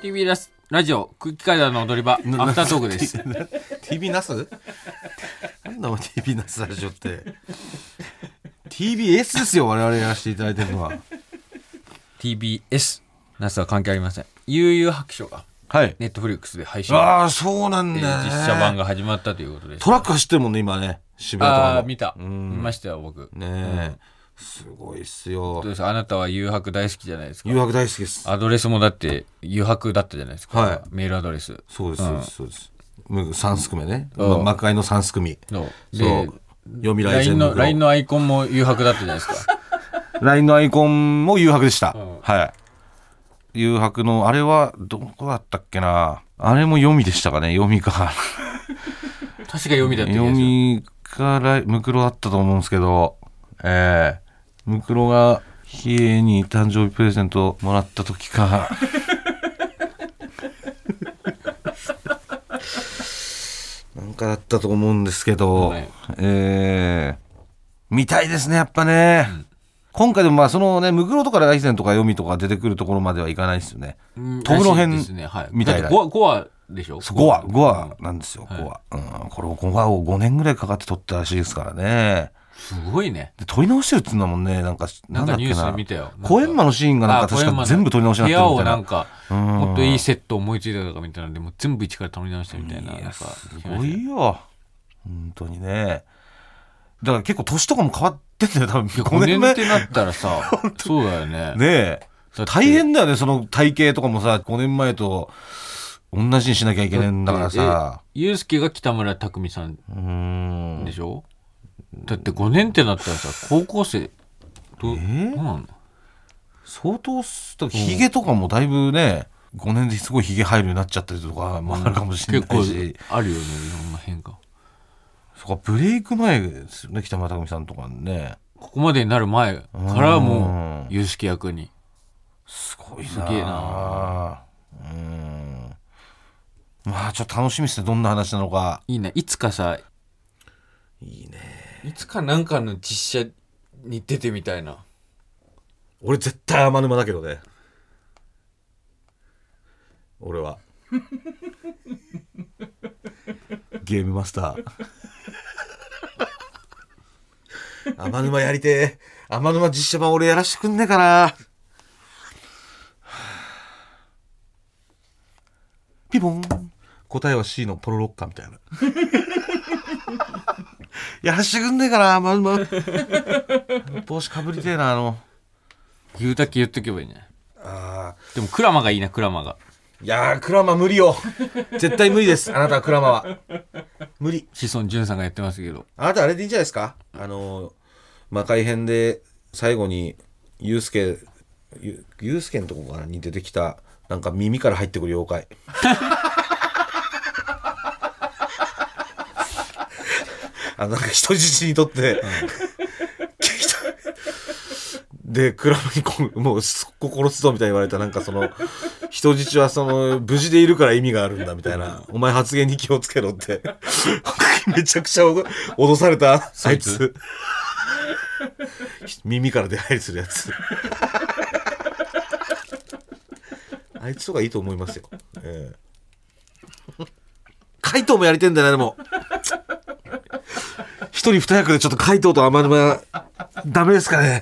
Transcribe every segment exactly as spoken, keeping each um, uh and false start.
ティービー ラスラジオ空気階段の踊り場アフタートークです。 ティービー ナスなんだもん ティービー ナスラジオって。 ティービーエス ですよ我々やらせていただいてるのは。 ティービーエス ナスは関係ありません。悠々白書がはいネットフリックスで配信、 ああそうなんだね、 実写版が始まったということです。 トラック走ってるもんね今ね、渋谷とかも。 ああ見た、見ましたよ僕ねえ、うん、すごいっすよ。 どうですか、あなたは誘白大好きじゃないですか。 誘白大好きです。 アドレスもだって誘白だったじゃないですか、はい、メールアドレス。 そうですそうです、そうです。さんすくめね、ま、魔界のさんすくみ。そうで読み来全部ライン のアイコンも誘白だったじゃないですか。 ライン のアイコンも誘白でした、うん、はい。誘白のあれはどこだったっけな、あれも読みでしたかね、読みか確か読みだった気がする。 読みからムクロだったと思うんですけど、えー、ムクロがヒエに誕生日プレゼントもらった時かなんかだったと思うんですけど、はい、えー、見たいですねやっぱね、うん、今回でもまあそのねムクロとかライセンとか読みとか出てくるところまではいかないですよね。トムの辺みたいな。 ごわでしょ。 ごわごわなんですよ、うん、ごわ、うん、これごわをごねんぐらいかかって撮ったらしいですからね。 すごいね。 で撮り直してるって言うんだもんね。なんかなんかニュースで見たよ。 コエンマのシーンがなんか確か全部撮り直しになってるみたいな。 部屋をなんかもっといいセット思いついたとかみたいなのでもう全部一から撮り直したみたいな。いやすごいよ本当にね。だから結構年とかも変わってんだよ多分。 ごねんってなったらさそうだよね。 ねえ大変だよね、その体型とかもさごねんまえと同じにしなきゃいけないんだからさ。 ユうスケが北村匠海さんでしょ。だってごねんってなったらさ高校生どう、えー、どうなんの。 相当ヒゲとかもだいぶね、うん、ごねんですごいヒゲ入るようになっちゃったりとかもあるかもしれないし、うん、 結構あるよね、いろんな変化。 そこブレイク前ですよね、北村匠海さんとかね。 ここまでになる前からもうユうスケ役に。 すごいな。 すげえな。 うん、まあちょっと楽しみですね、どんな話なのか。 いいね、いつかさ、 いいね、 いつかなんかの実写に出てみたいな。 俺絶対天沼だけどね俺はゲームマスター天沼やりてー。天沼実写版俺やらしてくんねえかな。ピボン、答えは C のポロロッカーみたいなやらしてくんねえかな天沼帽子かぶりてえな。あの言うだけ言っとけばいいんじゃない。あでもクラマがいいな、クラマが。 いやークラマ無理よ絶対無理です。あなたはクラマは無理。 志尊淳さんがやってますけど、 あなたあれでいいんじゃないですか。あの魔界編で最後にユウスケユウスケのとこに出てきたなんか耳から入ってくる妖怪あなんか人質にとって、うん、でクラマにこもうそこ殺すぞみたいに言われた。なんかその人質はその無事でいるから意味があるんだみたいな、お前発言に気をつけろってめちゃくちゃ脅されたあいつ耳から出入りするやつあいつとかいいと思いますよ、えー、怪盗もやりてんだよね。でも一人二役でちょっと怪盗と天沼ダメですかね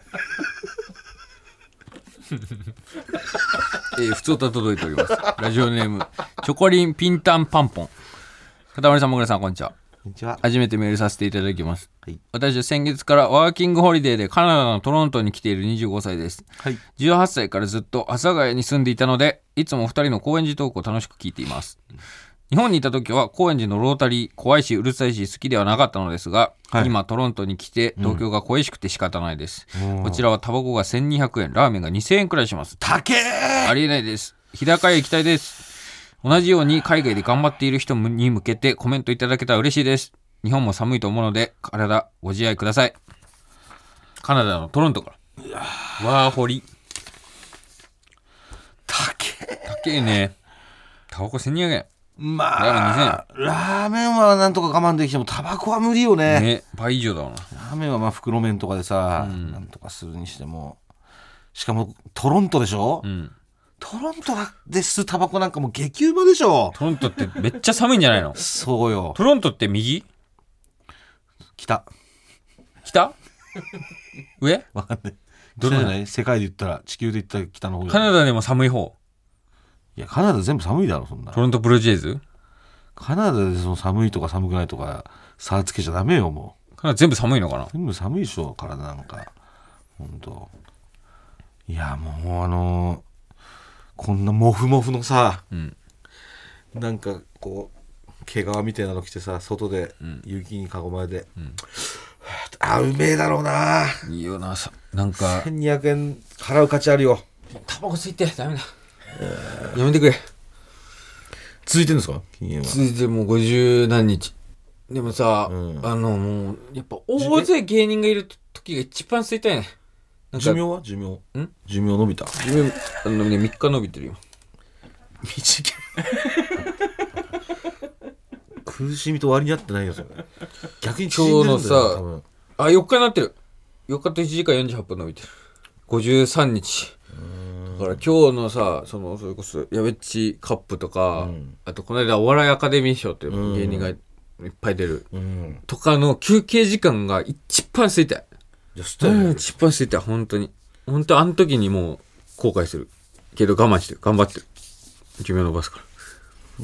えー、普通と届いております。ラジオネームチョコリンピンタンパンポン。片森さん、もぐらさん、こんにちは。 こんにちは。 初めてメールさせていただきます、はい、私は先月からワーキングホリデーでカナダのトロントに来ているにじゅうごさいです、はい、じゅうはっさいからずっと阿佐ヶ谷に住んでいたので、いつもふたりの高円寺トークを楽しく聞いています。日本にいた時は高円寺のロータリー怖いしうるさいし好きではなかったのですが、はい、今トロントに来て東京が恋しくて仕方ないです、うん、こちらはタバコがせんにひゃくえん、ラーメンがにせんえんくらいします。 高え。 ありえないです。日高屋行きたいです。同じように海外で頑張っている人に向けてコメントいただけたら嬉しいです。日本も寒いと思うので体ご自愛ください。カナダのトロントからワーホリ。 高え。 高えね。タバコせんにひゃくえん、 まあラーメンはなんとか我慢できてもタバコは無理よ ね, ね倍以上だな。 ラーメンはまあ袋麺とかでさ、うん、なんとかするにしても、しかもトロントでしょ、うん、 トロントで吸うタバコなんかもう激うまでしょ。 トロントってめっちゃ寒いんじゃないの？ そうよ。 トロントって右？ 北。 北？上？ わかんない。どれじゃない？世界で言ったら、地球で言ったら北の方。 カナダでも寒い方。 いや、カナダ全部寒いだろ、そんな。 トロントブルージェイズ？ カナダでその寒いとか寒くないとか差つけちゃダメよ、もう。カナダ全部寒いのかな？ 全部寒いでしょ、体なんか。ほんと。いや、もうあのー、こんなモフモフのさ、うん、なんかこう毛皮みたいなの着てさ、外で雪に囲まれて、うん、あ、うめえだろうな。 いいよな。なんかせんにひゃくえん払う価値あるよ。 タバコ吸いてダメだ、やめてくれ。 続いてるんですか？ 続いてもうごじゅうなんにちでもさ、うん、あのもうやっぱ大勢芸人がいる時が一番吸いたいね。 寿命は寿命ん寿命伸びた？ 寿命あの、ね、みっか伸びてるよ。 短い。苦しみと割に合ってないよそれ。逆に今日のさ、あ、よっかになってる。よっかといちじかんよんじゅうはっぷん伸びてる。ごじゅうさんにちだから今日のさ、そのそれこそやべっちカップとか、うん、あとこの間お笑いアカデミー賞っていう芸人がいっぱい出る、うん、とかの休憩時間が一番吸いたい。いや、うん、一番吸いたい。本当に本当あの時にもう後悔するけど我慢してる、頑張ってる。寿命伸ばすから。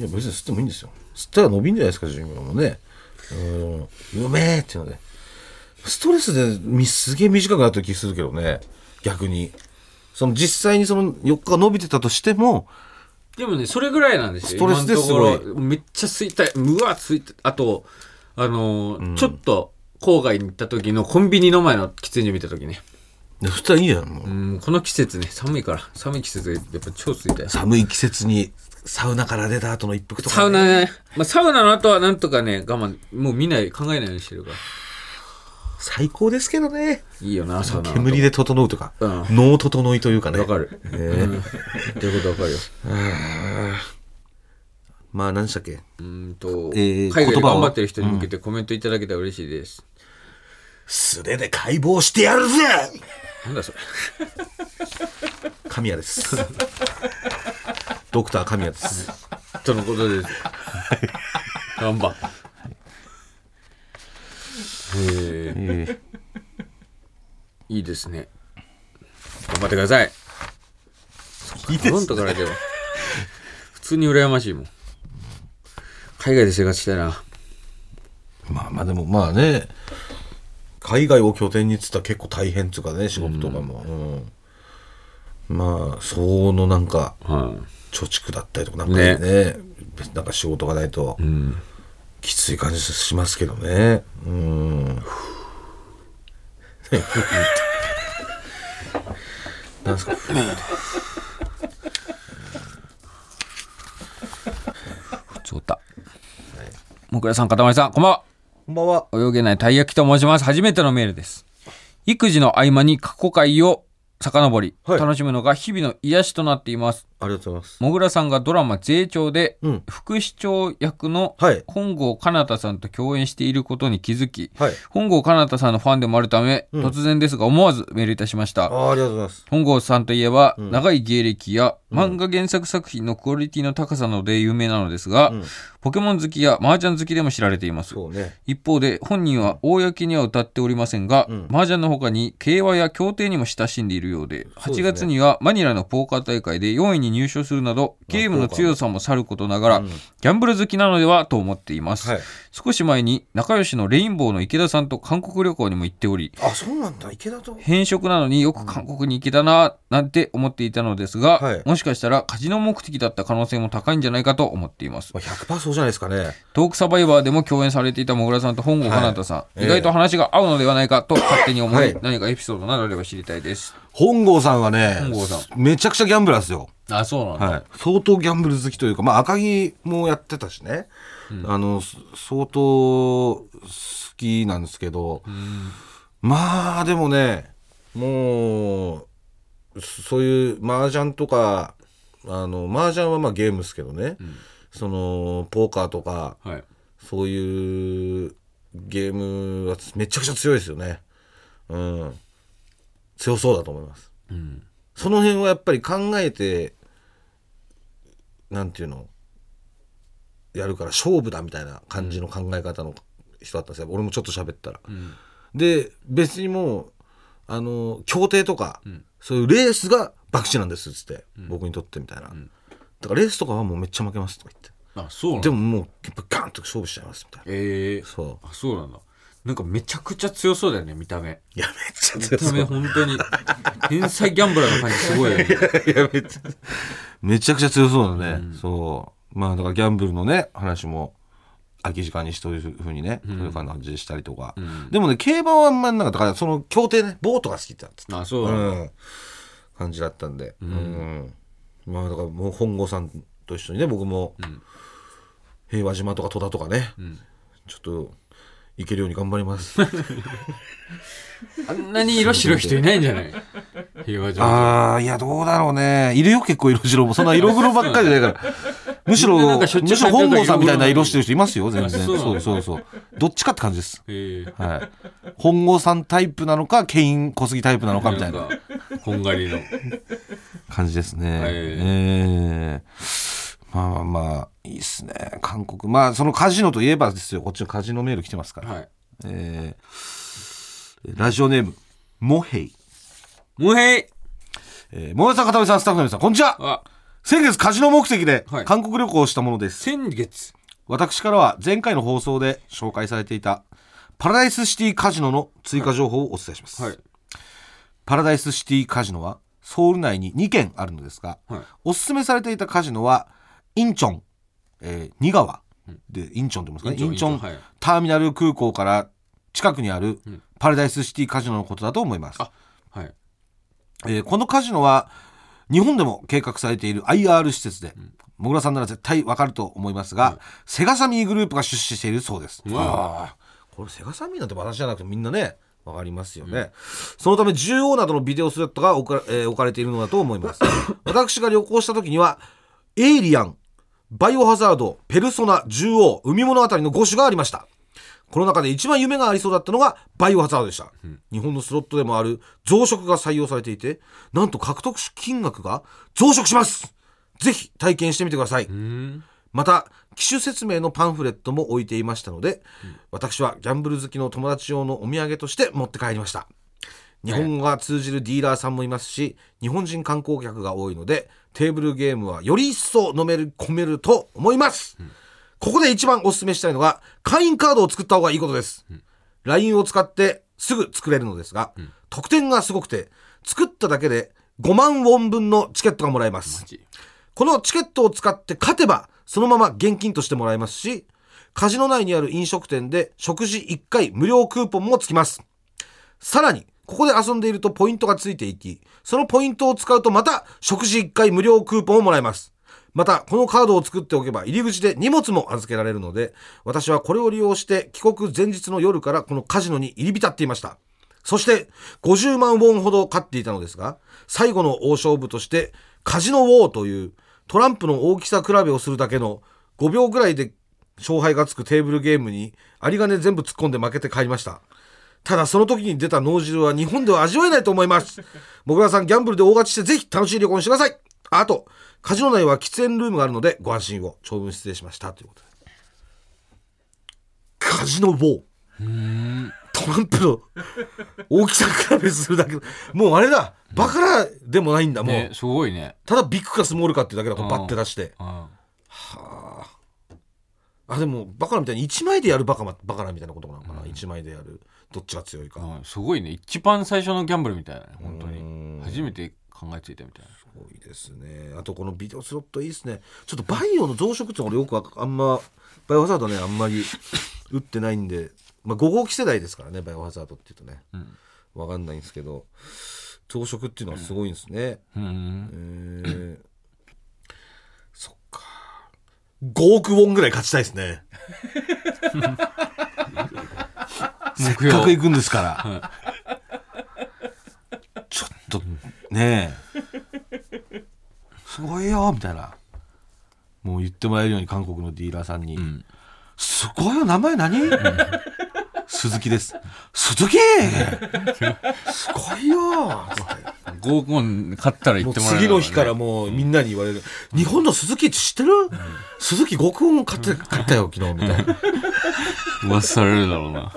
いや別に吸ってもいいんですよ。吸ったら伸びんじゃないですか、寿命もね。うん、うめえっていうのでストレスですげえ短くなった気するけどね。逆にその実際にそのよっか伸びてたとしても、 でもねそれぐらいなんですよ。 ストレスですごいめっちゃ吸いたい。うわ吸いたい。あとあのーうん、ちょっと郊外に行った時のコンビニの前の喫煙所見た時ね。 そしたらいいやんもう。 うん、この季節ね、寒いから寒い季節やっぱ超吸いたい。 寒い季節にサウナから出た後の一服とか、ね、 サウナね、まあ、サウナの後はなんとかね我慢もう見ない考えないようにしてるから。 最高ですけどね。 いいよな、サウナ。 煙で整うとか、うん、脳整いというかね。 わかる。えー、っていうことわかるよ。 まあ何でしたっけ。 うんと、えー、海外で頑張ってる人に向けてコメントいただけたら嬉しいです。 うん、素手で解剖してやるぜ。 なんだそれ。 神谷です。ドクター神谷です。 とのことです。頑張。へえ、いいですね。頑張ってください。 いいですね。 トロントからでは普通に羨ましいもん。海外で生活したいな。 まあまあでもまあね、海外を拠点にっつったら結構大変っつうかね、仕事とかも、うんうん、まあ相応のなんか、はい、貯蓄だったりとかなんか ね, ねなんか仕事がないと、うん、きつい感じしますけどね。うん。なんすか。 ふつおた。もくらさん、かたまりさん、こんばんは。 こんばんは。 泳げないたい焼きと申します。初めてのメールです。育児の合間に過去回を遡り、はい、楽しむのが日々の癒しとなっています。 ありがとうございます。 もぐらさんがドラマ税調で、うん、副市長役の本郷奏多さんと共演していることに気づき、はい、本郷奏多さんのファンでもあるため、うん、突然ですが思わずメールいたしました。 あ、ありがとうございます。 本郷さんといえば、うん、長い芸歴や漫画原作作品のクオリティの高さなどで有名なのですが、うん、ポケモン好きや麻雀好きでも知られています。 そうね、 一方で本人は公には歌っておりませんが、うん、麻雀の他に競馬や競艇にも親しんでいるようで、はちがつにはマニラのポーカー大会でよんいに入賞するなどゲームの強さもさることながら、うん、ギャンブル好きなのではと思っています、はい、少し前に仲良しのレインボーの池田さんと韓国旅行にも行っており、 あ、そうなんだ、池田と偏食なのによく韓国に行けたななんて思っていたのですが、はい、もしかしたらカジノ目的だった可能性も高いんじゃないかと思っています。 ひゃくパーセント そうじゃないですかね。 トークサバイバーでも共演されていたもぐらさんと本郷奏多さん、はい、意外と話が合うのではないかと勝手に思い、はい、何かエピソードなどあれば知りたいです。 本郷さんはね、本郷さんめちゃくちゃギャンブラーですよ。 あ、そうなんだ、はい、 相当ギャンブル好きというか、まあ、赤木もやってたしね、うん、あの相当好きなんですけど、うん、まあでもね、もうそういう麻雀とか、あの麻雀はまあゲームですけどね、うん、そのポーカーとか、はい、そういうゲームはめちゃくちゃ強いですよね、うん、強そうだと思います、うん、その辺はやっぱり考えてなんていうのやるから勝負だみたいな感じの考え方の人だったんですよ、俺もちょっと喋ったら、うん、で別にもうあの競艇とか、うん、そういうレースが博打なんですっつって、うん、僕にとってみたいな、うん、だからレースとかはもうめっちゃ負けますとか言って、 あそうなんでももうやっぱガンと勝負しちゃいますみたいな。 ええー、そうあそうなんだ。なんかめちゃくちゃ強そうだよね見た目。 いやめっちゃ強そう。 見た目本当に天才ギャンブラーの感じすごいよね。いやめっちゃめちゃくちゃ強そうだね、うん、そうまあだからギャンブルのね話も空き時間にしというふうにね、うん、そういう感じでしたりとか、うん、でもね競馬はあんまりなかったからその競艇ねボートが好きだったあそうなんだ、うん、 感じだったんで、うんうん、まあだからもう本郷さんと一緒にね僕も、うん、平和島とか戸田とかね、うん、ちょっと行けるように頑張りますあんなに色白い人いないんじゃない平和島。 ああいやどうだろうね、いるよ結構色白もそんな色黒ばっかりじゃないからむしろむしろ本郷さんみたいな色してる人いますよ全然。そうそうそうそうどっちかって感じです、はい、本郷さんタイプなのかケイン小杉タイプなのかみたいなこんがりの感じですね、えー、まあまあまあいいっすね韓国。まあそのカジノといえばですよ、こっちのカジノメール来てますから、はい、えー、ラジオネームモヘイモヘイ、 えー、モヘさん片目さんスタッフの皆さんこんにちは。先月カジノ目的で韓国旅行をしたものです、 はい、先月私からは前回の放送で紹介されていたパラダイスシティカジノの追加情報をお伝えします、はい、パラダイスシティカジノはソウル内ににけんあるのですが、はい、おすすめされていたカジノはインチョン、えー、ニガワでインチョンって言いますかね、インチョン、はい、ターミナル空港から近くにあるパラダイスシティカジノのことだと思います、あ、はいえー、このカジノは日本でも計画されている アイアール 施設で、うん、もぐらさんなら絶対わかると思いますが、うん、セガサミーグループが出資しているそうです、うん、あこれセガサミーなんて私じゃなくてみんなねわかりますよね、うん、そのためじゅうおうなどのビデオスレットが置か、えー、置かれているのだと思います私が旅行した時にはエイリアン、バイオハザード、ペルソナ、じゅうおう、海物語のご種がありました。この中で一番夢がありそうだったのがバイオハザードでした、うん、日本のスロットでもある増殖が採用されていて、なんと獲得金額が増殖します。ぜひ体験してみてください。また機種説明のパンフレットも置いていましたので、うん、私はギャンブル好きの友達用のお土産として持って帰りました。日本語が通じるディーラーさんもいますし、日本人観光客が多いのでテーブルゲームはより一層飲める込めると思います、うん、ここで一番お勧めしたいのが会員カードを作った方がいいことです、うん、ライン を使ってすぐ作れるのですが、うん、特典がすごくて作っただけでごまんウォン分のチケットがもらえます。このチケットを使って勝てばそのまま現金としてもらえますし、カジノ内にある飲食店で食事いっかい無料クーポンもつきます。さらにここで遊んでいるとポイントがついていき、そのポイントを使うとまた食事いっかい無料クーポンをもらえます。またこのカードを作っておけば入り口で荷物も預けられるので、私はこれを利用して帰国前日の夜からこのカジノに入り浸っていました。そしてごじゅうまんウォンほど勝っていたのですが、最後の大勝負としてカジノウォーというトランプの大きさ比べをするだけのごびょうぐらいで勝敗がつくテーブルゲームに有り金全部突っ込んで負けて帰りました。ただその時に出た脳汁は日本では味わえないと思います。もぐらさんギャンブルで大勝ちしてぜひ楽しい旅行にしてください。あとカジノ内は喫煙ルームがあるのでご安心を。長文失礼しましたということで、カジノウォー、うーんトランプの大きさ比べするだけ、もうあれだ、バカラでもないんだ、もう、 ね、すごいね。 ただビッグかスモールかっていうだけだとバッて出して、はあ、あでもバカラみたいにいちまいでやるバカバカラみたいなことなのかな、うん、いちまいでやるどっちが強いか、 うん、すごいね。一番最初のギャンブルみたいなね、本当に初めて考えついたみたいな。 すごいですね。あとこのビデオスロットいいですね。ちょっとバイオの増殖って俺よくあんまバイオハザードねあんまり打ってないんで、まあ、ご号機世代ですからねバイオハザードって言うとね、うん、分かんないんですけど増殖っていうのはすごいんですね、うんうんえー、そっかごおくウォンぐらい勝ちたいですねせっかく行くんですから、はい、ちょっとねえすごいよみたいな、もう言ってもらえるように韓国のディーラーさんに、うん、すごいよ名前何、うん、鈴木です鈴木すごいよってごおくウォン買ったら言ってもらえる、 ね、次の日からもうみんなに言われる、うん、日本の鈴木知ってる、うん、鈴木ごおくウォン買って買ったよ昨日みたいな噂されるだろうな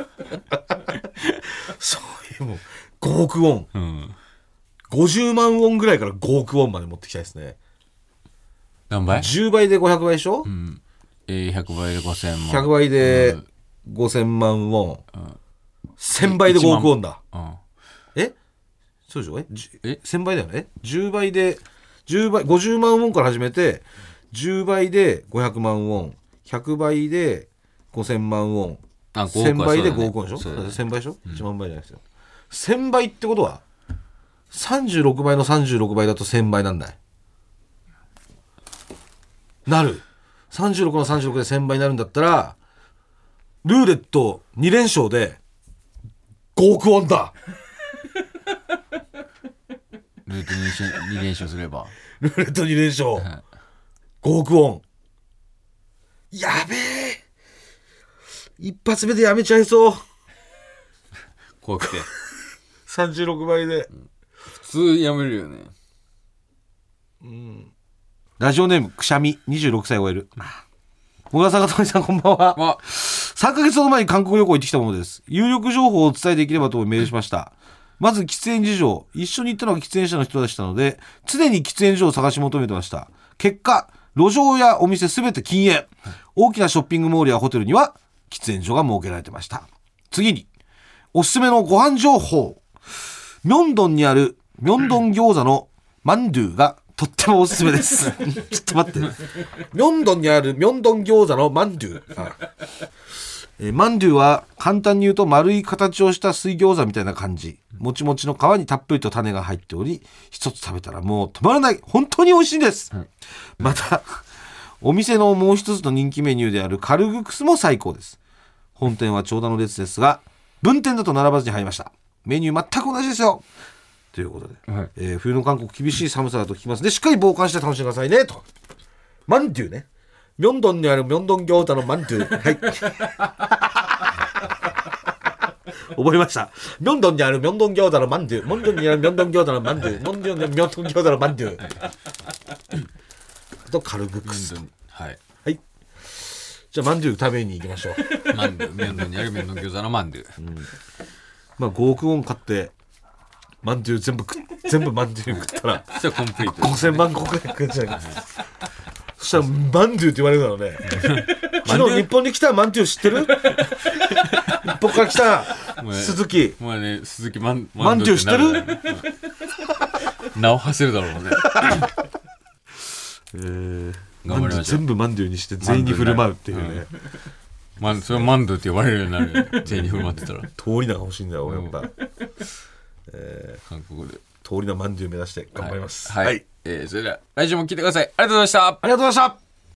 そういうもうごおくウォン、うん、ごじゅうまんウォンぐらいからごおくウォンまで持ってきたいですね。 何倍 ? じゅう 倍でごひゃくばいでしょ、 うんえー、ひゃくばいでごせんまん、 ひゃくばいでごせんまんウォン、うん、せんばいでごおくウォンだ、うん、えそうでしょ え, えせんばいだよね。じゅうばいでじゅうばいごじゅうまんウォンから始めてじゅうばいでごひゃくまんウォン、ひゃくばいでごせんまんウォン、あせんばいでごおくウォンでしょ、ね、せんばいでしょ、うん、いちまんばいじゃないですよ。せんばいってことはさんじゅうろくばいのさんじゅうろくばいだとせんばいなんだい。なるさんじゅうろくのさんじゅうろくでせんばいになるんだったらルーレットに連勝でごおくウォンだルーレットに連勝すればルーレットに連勝ごおくウォンやべえ一発目でやめちゃいそう怖くてさんじゅうろくばいで、うん、 普通やめるよね。 うんラジオネームくしゃみにじゅうろくさいを終える。小川さん、かとさん、こんばんは。さんかげつほど前に韓国旅行行ってきたものです。有力情報をお伝えできればとメールしました。まず喫煙事情、一緒に行ったのが喫煙者の人でしたので常に喫煙所を探し求めてました。結果路上やお店すべて禁煙、大きなショッピングモールやホテルには喫煙所が設けられてました。次におすすめのご飯情報、ミョンドンにあるミョンドン餃子のマンドゥがとってもおすすめですちょっと待って、ミョンドンにあるミョンドン餃子のマンドゥ、あえー、マンドゥは簡単に言うと丸い形をした水餃子みたいな感じ、もちもちの皮にたっぷりと種が入っており一つ食べたらもう止まらない、本当に美味しいです、うん、またお店のもう一つの人気メニューであるカルグクスも最高です。本店は長蛇の列ですが分店だと並ばずに入りました。メニュー全く同じですよということで、はいえー、冬の韓国厳しい寒さだと聞きますのでしっかり防寒して楽しんでくださいねと。マンドゥね、ミョンドンにあるミョンドン餃子のマンドゥはい覚えました。ミョンドンにあるミョンドン餃子のマンドゥ、ミョンドンにあるミョンドン餃子のマンドゥ、ミョンドンにあるミョンドン餃子のマンドゥあとカルグクス、はい、はい、じゃあマンドゥ食べに行きましょうマンドゥ、ミョンドンにあるミョンドン餃子のマンドゥ、うん、 まあごおくウォン買ってマンドゥ全部全部マンドゥ食ったらそしたらコンプリートごせんまんごくえん食っちゃうそしたらマンドゥって言われるだろうね昨日日本に来たマンドゥ知ってる日本から来た鈴木お前ね、鈴木マンマンドゥ知ってる名を馳せるだろうねえー、頑張りましょう。全部マンドゥにして全員に振る舞うっていうね、 まあ、それはマンドゥって呼ばれるようになる全員に振る舞ってたら通り名が欲しいんだよやっぱ、えー、韓国で通り名マンドゥ目指して頑張ります。 はい、はいはい、えー、それでは来週も聞いてください。ありがとうございました。ありがとうございました。